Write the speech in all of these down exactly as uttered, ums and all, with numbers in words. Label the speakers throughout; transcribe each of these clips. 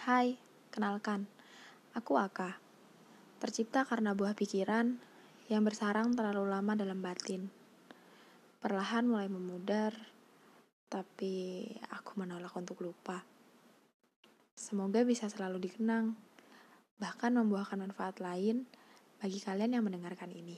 Speaker 1: Hai, kenalkan, aku Aka, tercipta karena buah pikiran yang bersarang terlalu lama dalam batin. Perlahan mulai memudar, tapi aku menolak untuk lupa. Semoga bisa selalu dikenang, bahkan membuahkan manfaat lain bagi kalian yang mendengarkan ini.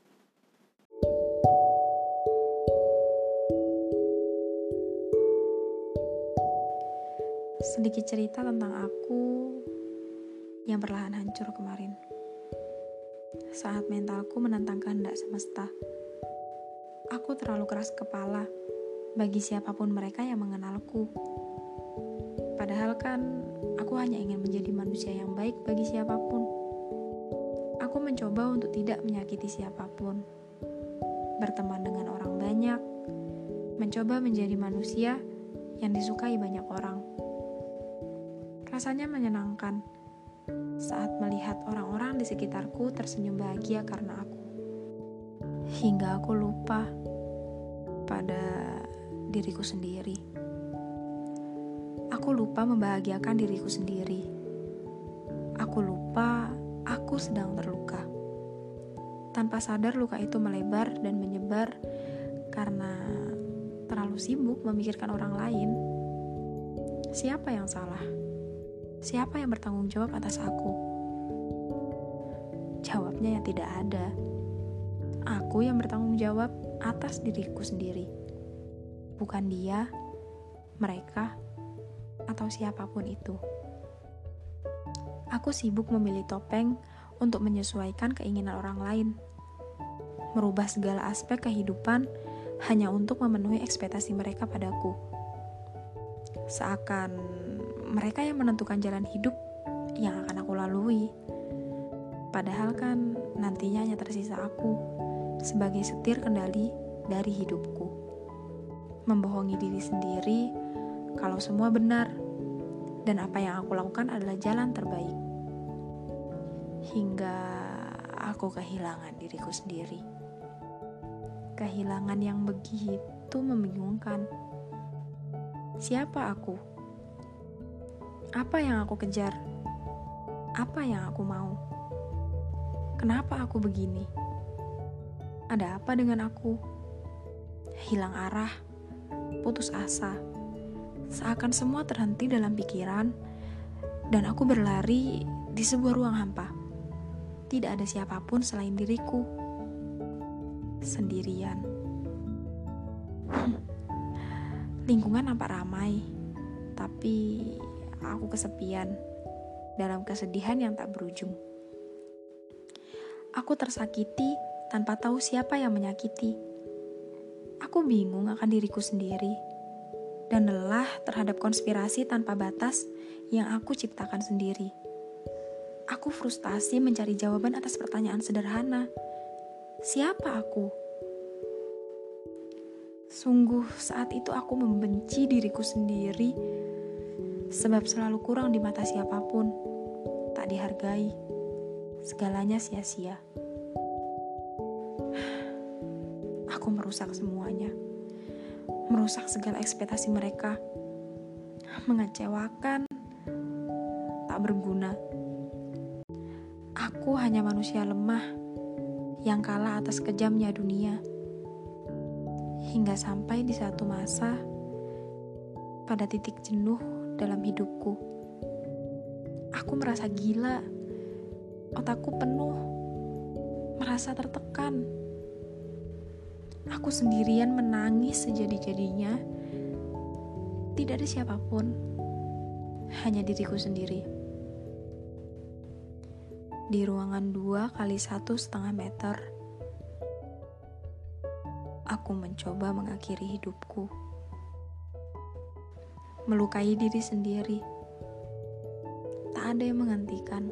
Speaker 1: Sedikit cerita tentang aku yang perlahan hancur kemarin. Saat mentalku menentang kehendak semesta, aku terlalu keras kepala bagi siapapun mereka yang mengenalku. Padahal kan aku hanya ingin menjadi manusia yang baik bagi siapapun. Aku mencoba untuk tidak menyakiti siapapun, berteman dengan orang banyak, mencoba menjadi manusia yang disukai banyak orang. Rasanya menyenangkan saat melihat orang-orang di sekitarku tersenyum bahagia karena aku. Hingga aku lupa pada diriku sendiri. Aku lupa membahagiakan diriku sendiri. Aku lupa aku sedang terluka. Tanpa sadar luka itu melebar dan menyebar karena terlalu sibuk memikirkan orang lain. Siapa yang salah? Siapa yang bertanggung jawab atas aku? Jawabnya yang tidak ada. Aku yang bertanggung jawab atas diriku sendiri. Bukan dia, mereka, atau siapapun itu. Aku sibuk memilih topeng untuk menyesuaikan keinginan orang lain. Merubah segala aspek kehidupan hanya untuk memenuhi ekspektasi mereka padaku. Seakan mereka yang menentukan jalan hidup yang akan aku lalui. Padahal kan nantinya hanya tersisa aku sebagai setir kendali dari hidupku. Membohongi diri sendiri kalau semua benar dan apa yang aku lakukan adalah jalan terbaik. Hingga aku kehilangan diriku sendiri. Kehilangan yang begitu membingungkan. Siapa aku? Apa yang aku kejar? Apa yang aku mau? Kenapa aku begini? Ada apa dengan aku? Hilang arah, putus asa. Seakan semua terhenti dalam pikiran dan aku berlari di sebuah ruang hampa. Tidak ada siapapun selain diriku. Sendirian. Lingkungan nampak ramai, tapi aku kesepian dalam kesedihan yang tak berujung. Aku tersakiti tanpa tahu siapa yang menyakiti. Aku bingung akan diriku sendiri dan lelah terhadap konspirasi tanpa batas yang aku ciptakan sendiri. Aku frustasi mencari jawaban atas pertanyaan sederhana. Siapa aku? Sungguh saat itu aku membenci diriku sendiri sebab selalu kurang di mata siapapun, tak dihargai, segalanya sia-sia. Aku merusak semuanya, merusak segala ekspektasi mereka, mengecewakan, tak berguna. Aku hanya manusia lemah yang kalah atas kejamnya dunia. Hingga sampai di satu masa, pada titik jenuh dalam hidupku, aku merasa gila, otakku penuh, merasa tertekan. Aku sendirian menangis sejadi-jadinya, tidak ada siapapun, hanya diriku sendiri. Di ruangan dua kali satu setengah meter, aku mencoba mengakhiri hidupku. Melukai diri sendiri. Tak ada yang menghentikan.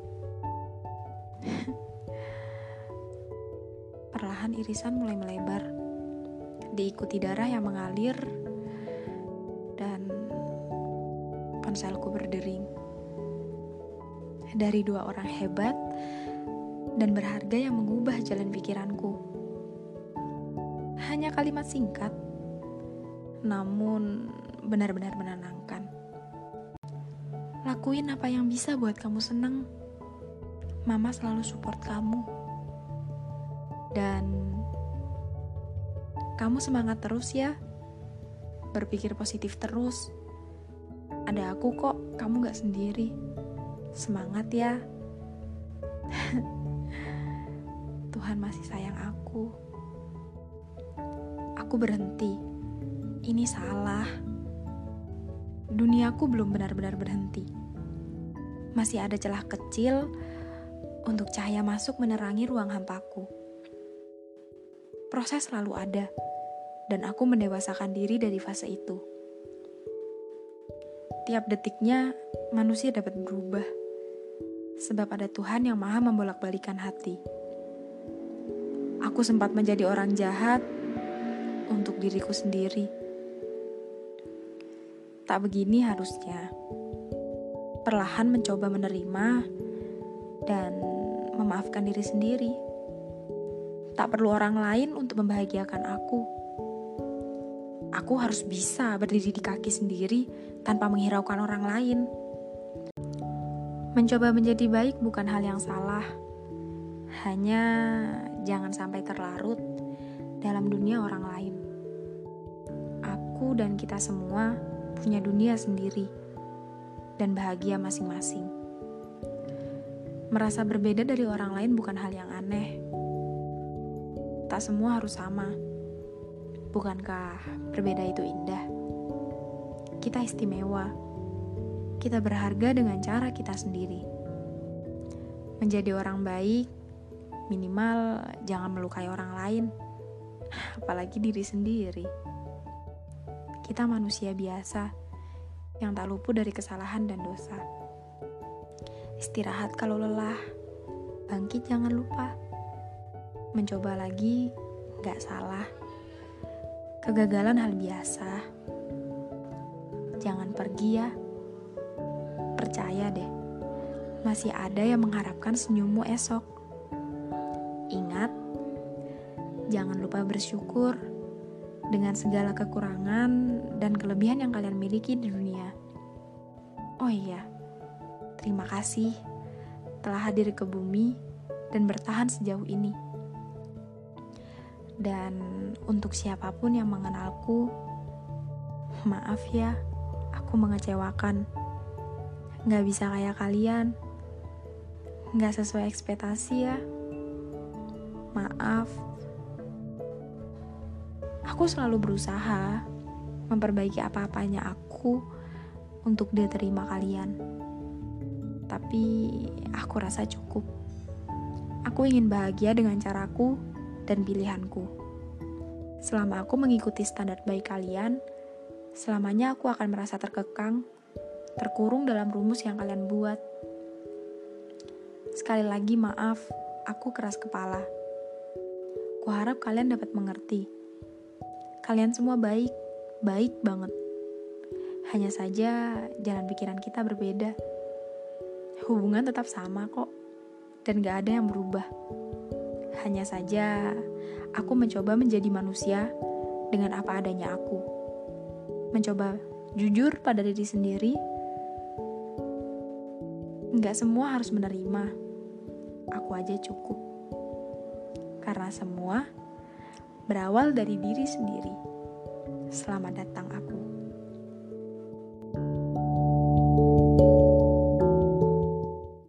Speaker 1: Perlahan irisan mulai melebar, diikuti darah yang mengalir, dan ponselku berdering. Dari dua orang hebat dan berharga yang mengubah jalan pikiranku. Hanya kalimat singkat, namun benar-benar menenangkan. Lakuin apa yang bisa buat kamu seneng. Mama selalu support kamu. Dan kamu semangat terus ya. Berpikir positif terus. Ada aku kok, kamu gak sendiri. Semangat ya. Tuhan masih sayang aku. Aku berhenti. Ini salah. Duniaku belum benar-benar berhenti. Masih ada celah kecil untuk cahaya masuk menerangi ruang hampaku. Proses selalu ada, dan aku mendewasakan diri dari fase itu. Tiap detiknya, manusia dapat berubah. Sebab ada Tuhan yang maha membolak-balikan hati. Aku sempat menjadi orang jahat untuk diriku sendiri. Tak begini harusnya. Perlahan mencoba menerima dan memaafkan diri sendiri. Tak perlu orang lain untuk membahagiakan aku. Aku harus bisa berdiri di kaki sendiri tanpa menghiraukan orang lain. Mencoba menjadi baik bukan hal yang salah. Hanya jangan sampai terlarut dalam dunia orang lain. Aku dan kita semua punya dunia sendiri dan bahagia masing-masing. Merasa berbeda dari orang lain bukan hal yang aneh. Tak semua harus sama. Bukankah berbeda itu indah? Kita istimewa. Kita berharga dengan cara kita sendiri. Menjadi orang baik, minimal jangan melukai orang lain, apalagi diri sendiri. Kita manusia biasa yang tak luput dari kesalahan dan dosa. Istirahat kalau lelah, bangkit jangan lupa. Mencoba lagi gak salah. Kegagalan hal biasa. Jangan pergi ya. Percaya deh, masih ada yang mengharapkan senyummu esok. Ingat, jangan lupa bersyukur dengan segala kekurangan dan kelebihan yang kalian miliki di dunia. Oh iya, terima kasih telah hadir ke bumi dan bertahan sejauh ini. Dan untuk siapapun yang mengenalku, maaf ya, aku mengecewakan. Gak bisa kayak kalian, gak sesuai ekspektasi ya. Maaf. Aku selalu berusaha memperbaiki apa-apanya aku untuk diterima kalian. Tapi aku rasa cukup. Aku ingin bahagia dengan caraku dan pilihanku. Selama aku mengikuti standar baik kalian, selamanya aku akan merasa terkekang, terkurung dalam rumus yang kalian buat. Sekali lagi maaf, aku keras kepala. Kuharap kalian dapat mengerti. Kalian semua baik, baik banget. Hanya saja jalan pikiran kita berbeda. Hubungan tetap sama kok, dan gak ada yang berubah. Hanya saja aku mencoba menjadi manusia dengan apa adanya aku. Mencoba jujur pada diri sendiri. Gak semua harus menerima. Aku aja cukup. Karena semua berawal dari diri sendiri. Selamat datang aku.